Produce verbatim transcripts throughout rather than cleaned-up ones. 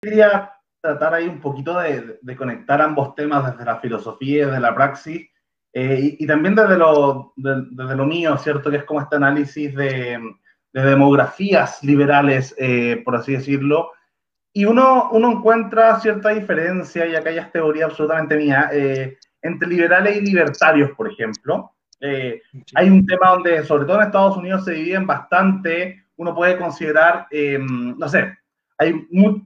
quería tratar ahí un poquito de, de conectar ambos temas desde la filosofía y desde la praxis, eh, y, y, también desde lo, de, desde lo mío, ¿cierto? Que es como este análisis de, de demografías liberales, eh, por así decirlo, y uno, uno encuentra cierta diferencia, y acá ya es teoría absolutamente mía, eh, entre liberales y libertarios, por ejemplo. Eh, hay un tema donde, sobre todo en Estados Unidos, se dividen bastante. Uno puede considerar, eh, no sé, hay mu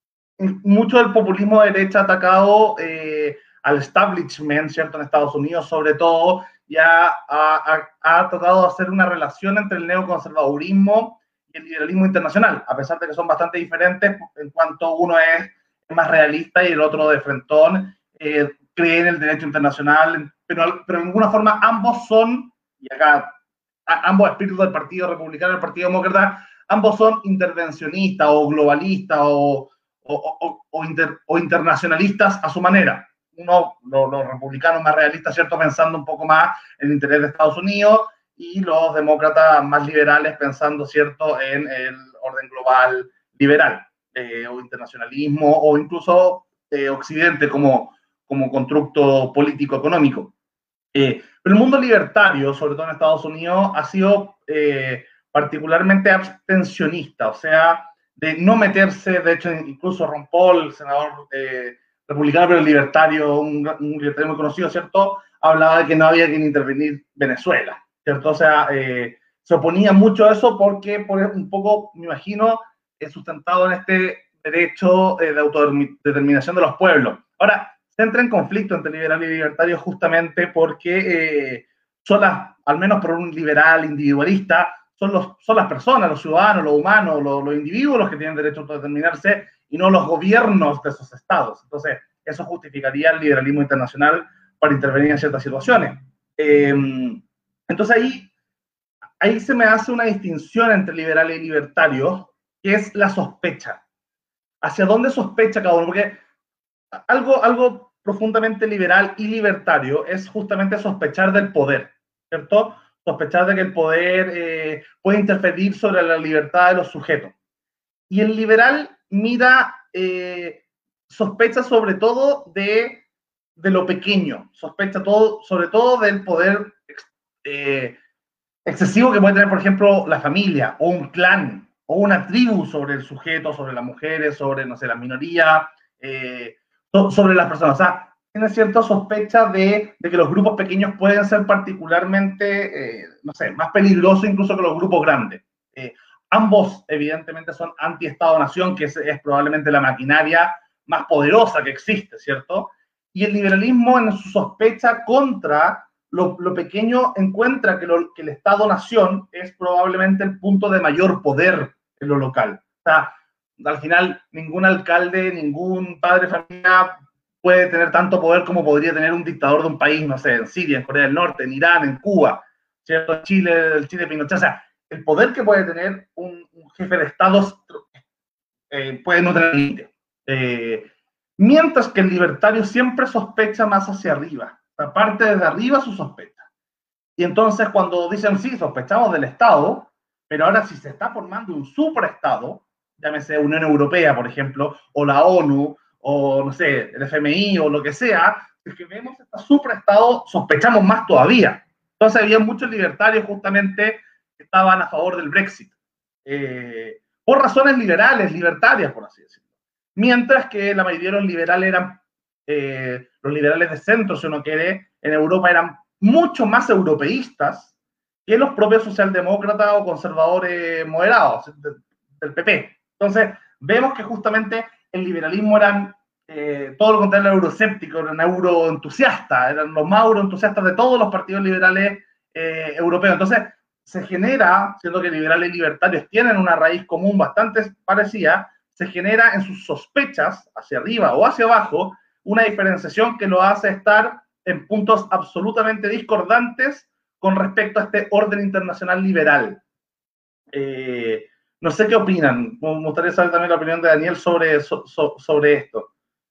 mucho del populismo de derecha atacado eh, al establishment, ¿cierto? En Estados Unidos, sobre todo, ya ha, ha, ha tratado de hacer una relación entre el neoconservadurismo y el liberalismo internacional, a pesar de que son bastante diferentes en cuanto uno es más realista y el otro de frentón, eh, cree en el derecho internacional, pero, pero de ninguna forma ambos son, y acá a, ambos espíritus del Partido Republicano y del Partido Demócrata, ambos son intervencionistas o globalistas o o, o, o, inter, o, internacionalistas a su manera. Uno, los, los republicanos más realistas, ¿cierto? Pensando un poco más en el interés de Estados Unidos, y los demócratas más liberales pensando, ¿cierto?, en el orden global liberal, eh, o internacionalismo, o incluso eh, Occidente como, como constructo político-económico. Eh, pero el mundo libertario, sobre todo en Estados Unidos, ha sido eh, particularmente abstencionista, o sea, de no meterse. De hecho, incluso Ron Paul, el senador eh, republicano pero libertario, un, un libertario muy conocido, ¿cierto?, hablaba de que no había que intervenir Venezuela, ¿cierto? O sea, eh, se oponía mucho a eso porque, por un poco, me imagino, es sustentado en este derecho eh, de autodeterminación de los pueblos. Ahora, se entra en conflicto entre liberal y libertario justamente porque eh, son las, al menos por un liberal individualista, son, los, son las personas, los ciudadanos, los humanos, los, los individuos los que tienen derecho a autodeterminarse, y no los gobiernos de esos estados. Entonces, eso justificaría el liberalismo internacional para intervenir en ciertas situaciones. Eh, entonces ahí, ahí se me hace una distinción entre liberales y libertarios, que es la sospecha. ¿Hacia dónde sospecha cada uno? Porque algo, algo profundamente liberal y libertario es justamente sospechar del poder, ¿cierto? Sospechar de que el poder eh, puede interferir sobre la libertad de los sujetos. Y el liberal mira, eh, sospecha sobre todo de, de lo pequeño, sospecha todo, sobre todo del poder eh, excesivo que puede tener, por ejemplo, la familia o un clan o una tribu sobre el sujeto, sobre las mujeres, sobre, no sé, las minorías, eh, sobre las personas. O sea, tiene cierta sospecha de, de que los grupos pequeños pueden ser particularmente, eh, no sé, más peligrosos incluso que los grupos grandes. Eh, ambos, evidentemente, son anti-Estado-Nación, que es, es probablemente la maquinaria más poderosa que existe, ¿cierto? Y el liberalismo, en su sospecha contra Lo, lo, pequeño, encuentra que, lo, que el Estado-Nación es probablemente el punto de mayor poder en lo local. O sea, al final, ningún alcalde, ningún padre de familia puede tener tanto poder como podría tener un dictador de un país, no sé, en Siria, en Corea del Norte, en Irán, en Cuba, ¿cierto? En Chile, el Chile Pinochet. O sea, el poder que puede tener un, un jefe de Estado eh, puede no tener límite. Eh, mientras que el libertario siempre sospecha más hacia arriba. Parte desde arriba su sospecha. Y entonces cuando dicen, sí, sospechamos del Estado, pero ahora si se está formando un superestado, llámese Unión Europea, por ejemplo, o la ONU, o no sé, el F M I, o lo que sea, es que vemos este superestado, sospechamos más todavía. Entonces había muchos libertarios justamente que estaban a favor del Brexit, eh, por razones liberales, libertarias, por así decirlo. Mientras que la mayoría de los liberales eran Eh, los liberales de centro, si uno quiere, en Europa eran mucho más europeístas que los propios socialdemócratas o conservadores moderados del P P. Entonces, vemos que justamente el liberalismo eran eh, todo lo contrario al euroscéptico, eran euroentusiastas, eran los más euroentusiastas de todos los partidos liberales eh, europeos. Entonces, se genera, siendo que liberales y libertarios tienen una raíz común bastante parecida, se genera en sus sospechas, hacia arriba o hacia abajo, una diferenciación que lo hace estar en puntos absolutamente discordantes con respecto a este orden internacional liberal. Eh, no sé qué opinan. Me gustaría saber también la opinión de Daniel sobre, so, so, sobre esto.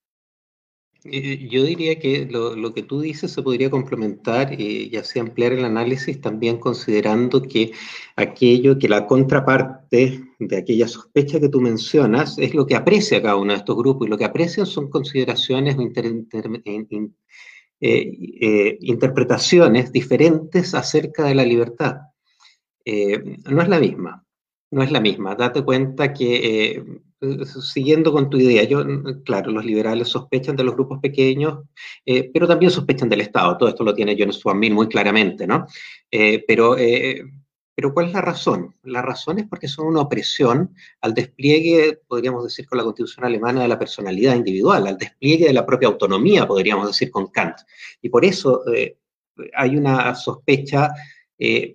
Yo diría que lo, lo que tú dices se podría complementar eh, y así ampliar el análisis también considerando que aquello que la contraparte de aquella sospecha que tú mencionas es lo que aprecia cada uno de estos grupos, y lo que aprecian son consideraciones o inter, inter, in, eh, eh, interpretaciones diferentes acerca de la libertad. Eh, no es la misma, no es la misma. Date cuenta que, eh, siguiendo con tu idea, yo, claro, los liberales sospechan de los grupos pequeños, eh, pero también sospechan del Estado. Todo esto lo tiene John Stuart Mill muy claramente, ¿no? Eh, pero, eh, pero ¿cuál es la razón? La razón es porque son una opresión al despliegue, podríamos decir con la Constitución alemana, de la personalidad individual, al despliegue de la propia autonomía, podríamos decir con Kant. Y por eso eh, hay una sospecha eh,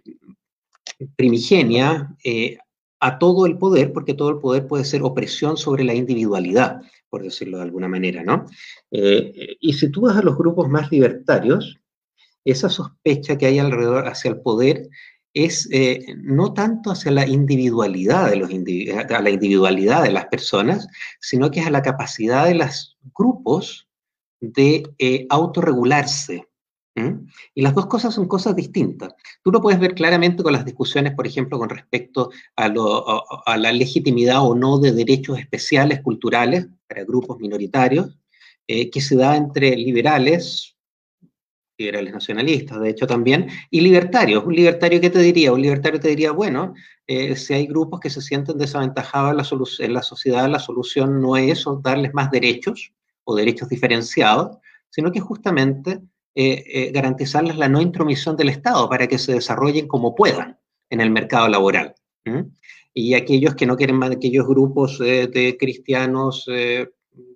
primigenia eh, a todo el poder, porque todo el poder puede ser opresión sobre la individualidad, por decirlo de alguna manera, ¿no? Eh, y si tú vas a los grupos más libertarios, esa sospecha que hay alrededor hacia el poder es eh, no tanto hacia la individualidad de los individu a la individualidad de las personas, sino que es a la capacidad de los grupos de eh, autorregularse. ¿Mm? Y las dos cosas son cosas distintas. Tú lo puedes ver claramente con las discusiones, por ejemplo, con respecto a, lo, a, a la legitimidad o no de derechos especiales culturales para grupos minoritarios, eh, que se da entre liberales, liberales nacionalistas, de hecho también, y libertarios. Un libertario, ¿qué te diría? Un libertario te diría, bueno, eh, si hay grupos que se sienten desaventajados en la, en la sociedad, la solución no es darles más derechos o derechos diferenciados, sino que justamente eh, eh, garantizarles la no intromisión del Estado para que se desarrollen como puedan en el mercado laboral. ¿Mm? Y aquellos que no quieren más, aquellos grupos eh, de cristianos eh,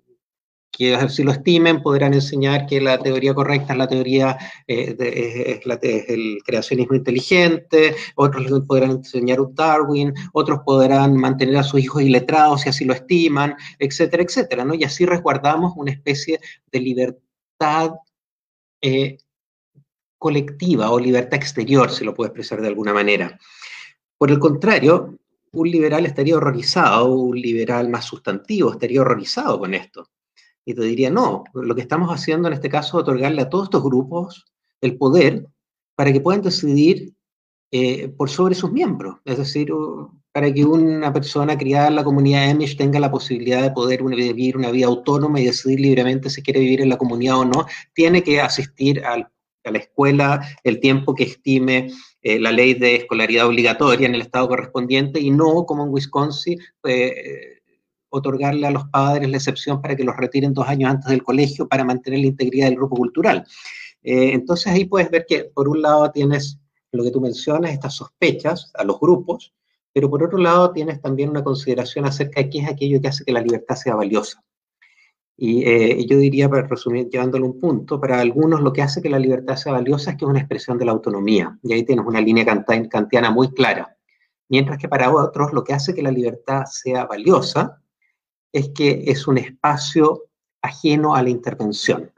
que así lo estimen, podrán enseñar que la teoría correcta es la teoría, eh, de, es, la, es el creacionismo inteligente, otros podrán enseñar un Darwin, otros podrán mantener a sus hijos iletrados si así lo estiman, etcétera, etcétera, ¿no? Y así resguardamos una especie de libertad eh, colectiva o libertad exterior, se lo puede expresar de alguna manera. Por el contrario, un liberal estaría horrorizado, un liberal más sustantivo estaría horrorizado con esto. Y te diría, no, lo que estamos haciendo en este caso es otorgarle a todos estos grupos el poder para que puedan decidir eh, por sobre sus miembros. Es decir, para que una persona criada en la comunidad Amish tenga la posibilidad de poder vivir una vida autónoma y decidir libremente si quiere vivir en la comunidad o no, tiene que asistir al, a la escuela el tiempo que estime eh, la ley de escolaridad obligatoria en el estado correspondiente, y no como en Wisconsin, eh, otorgarle a los padres la excepción para que los retiren dos años antes del colegio para mantener la integridad del grupo cultural. Eh, entonces ahí puedes ver que por un lado tienes lo que tú mencionas, estas sospechas a los grupos, pero por otro lado tienes también una consideración acerca de qué es aquello que hace que la libertad sea valiosa. Y eh, yo diría, para resumir, llevándolo a un punto, para algunos lo que hace que la libertad sea valiosa es que es una expresión de la autonomía, y ahí tienes una línea kantiana muy clara. Mientras que para otros lo que hace que la libertad sea valiosa es que es un espacio ajeno a la intervención,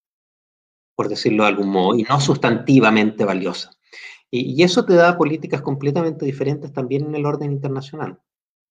por decirlo de algún modo, y no sustantivamente valiosa. Y, y eso te da políticas completamente diferentes también en el orden internacional.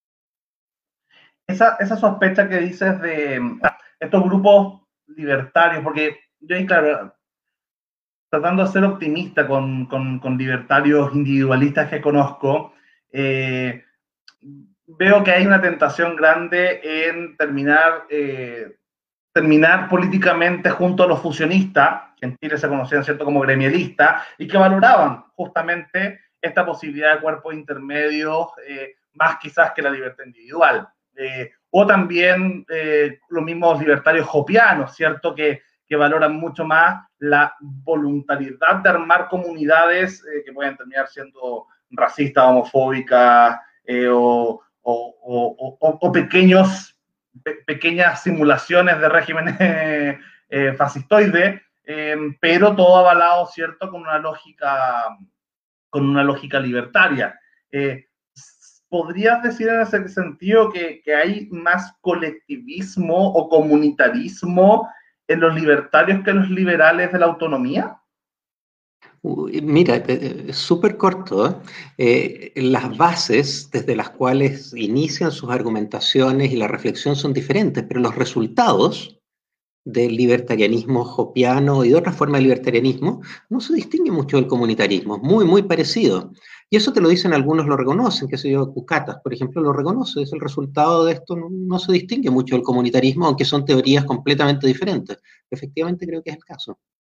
Esa, esa sospecha que dices de estos grupos libertarios, porque yo ahí, claro, tratando de ser optimista con, con, con libertarios individualistas que conozco, eh, veo que hay una tentación grande en terminar, eh, terminar políticamente junto a los fusionistas, que en Chile se conocían, ¿cierto?, como gremialistas, y que valoraban justamente esta posibilidad de cuerpos intermedios eh, más quizás que la libertad individual. Eh, o también eh, los mismos libertarios hopianos, ¿cierto?, que, que valoran mucho más la voluntariedad de armar comunidades eh, que pueden terminar siendo racistas, homofóbicas eh, o, o, o, o, o pequeños, pe, pequeñas simulaciones de regímenes eh, eh, fascistoides, eh, pero todo avalado, ¿cierto?, con una lógica, con una lógica libertaria. Eh, ¿Podrías decir en ese sentido que, que hay más colectivismo o comunitarismo en los libertarios que en los liberales de la autonomía? Mira, es súper corto. ¿eh? Eh, las bases desde las cuales inician sus argumentaciones y la reflexión son diferentes, pero los resultados del libertarianismo hopiano y de otra forma de libertarianismo no se distinguen mucho del comunitarismo, muy, muy parecido. Y eso te lo dicen algunos, lo reconocen, qué sé yo, Cucatas, por ejemplo, lo reconoce, es el resultado de esto, no, no se distingue mucho del comunitarismo, aunque son teorías completamente diferentes. Efectivamente creo que es el caso.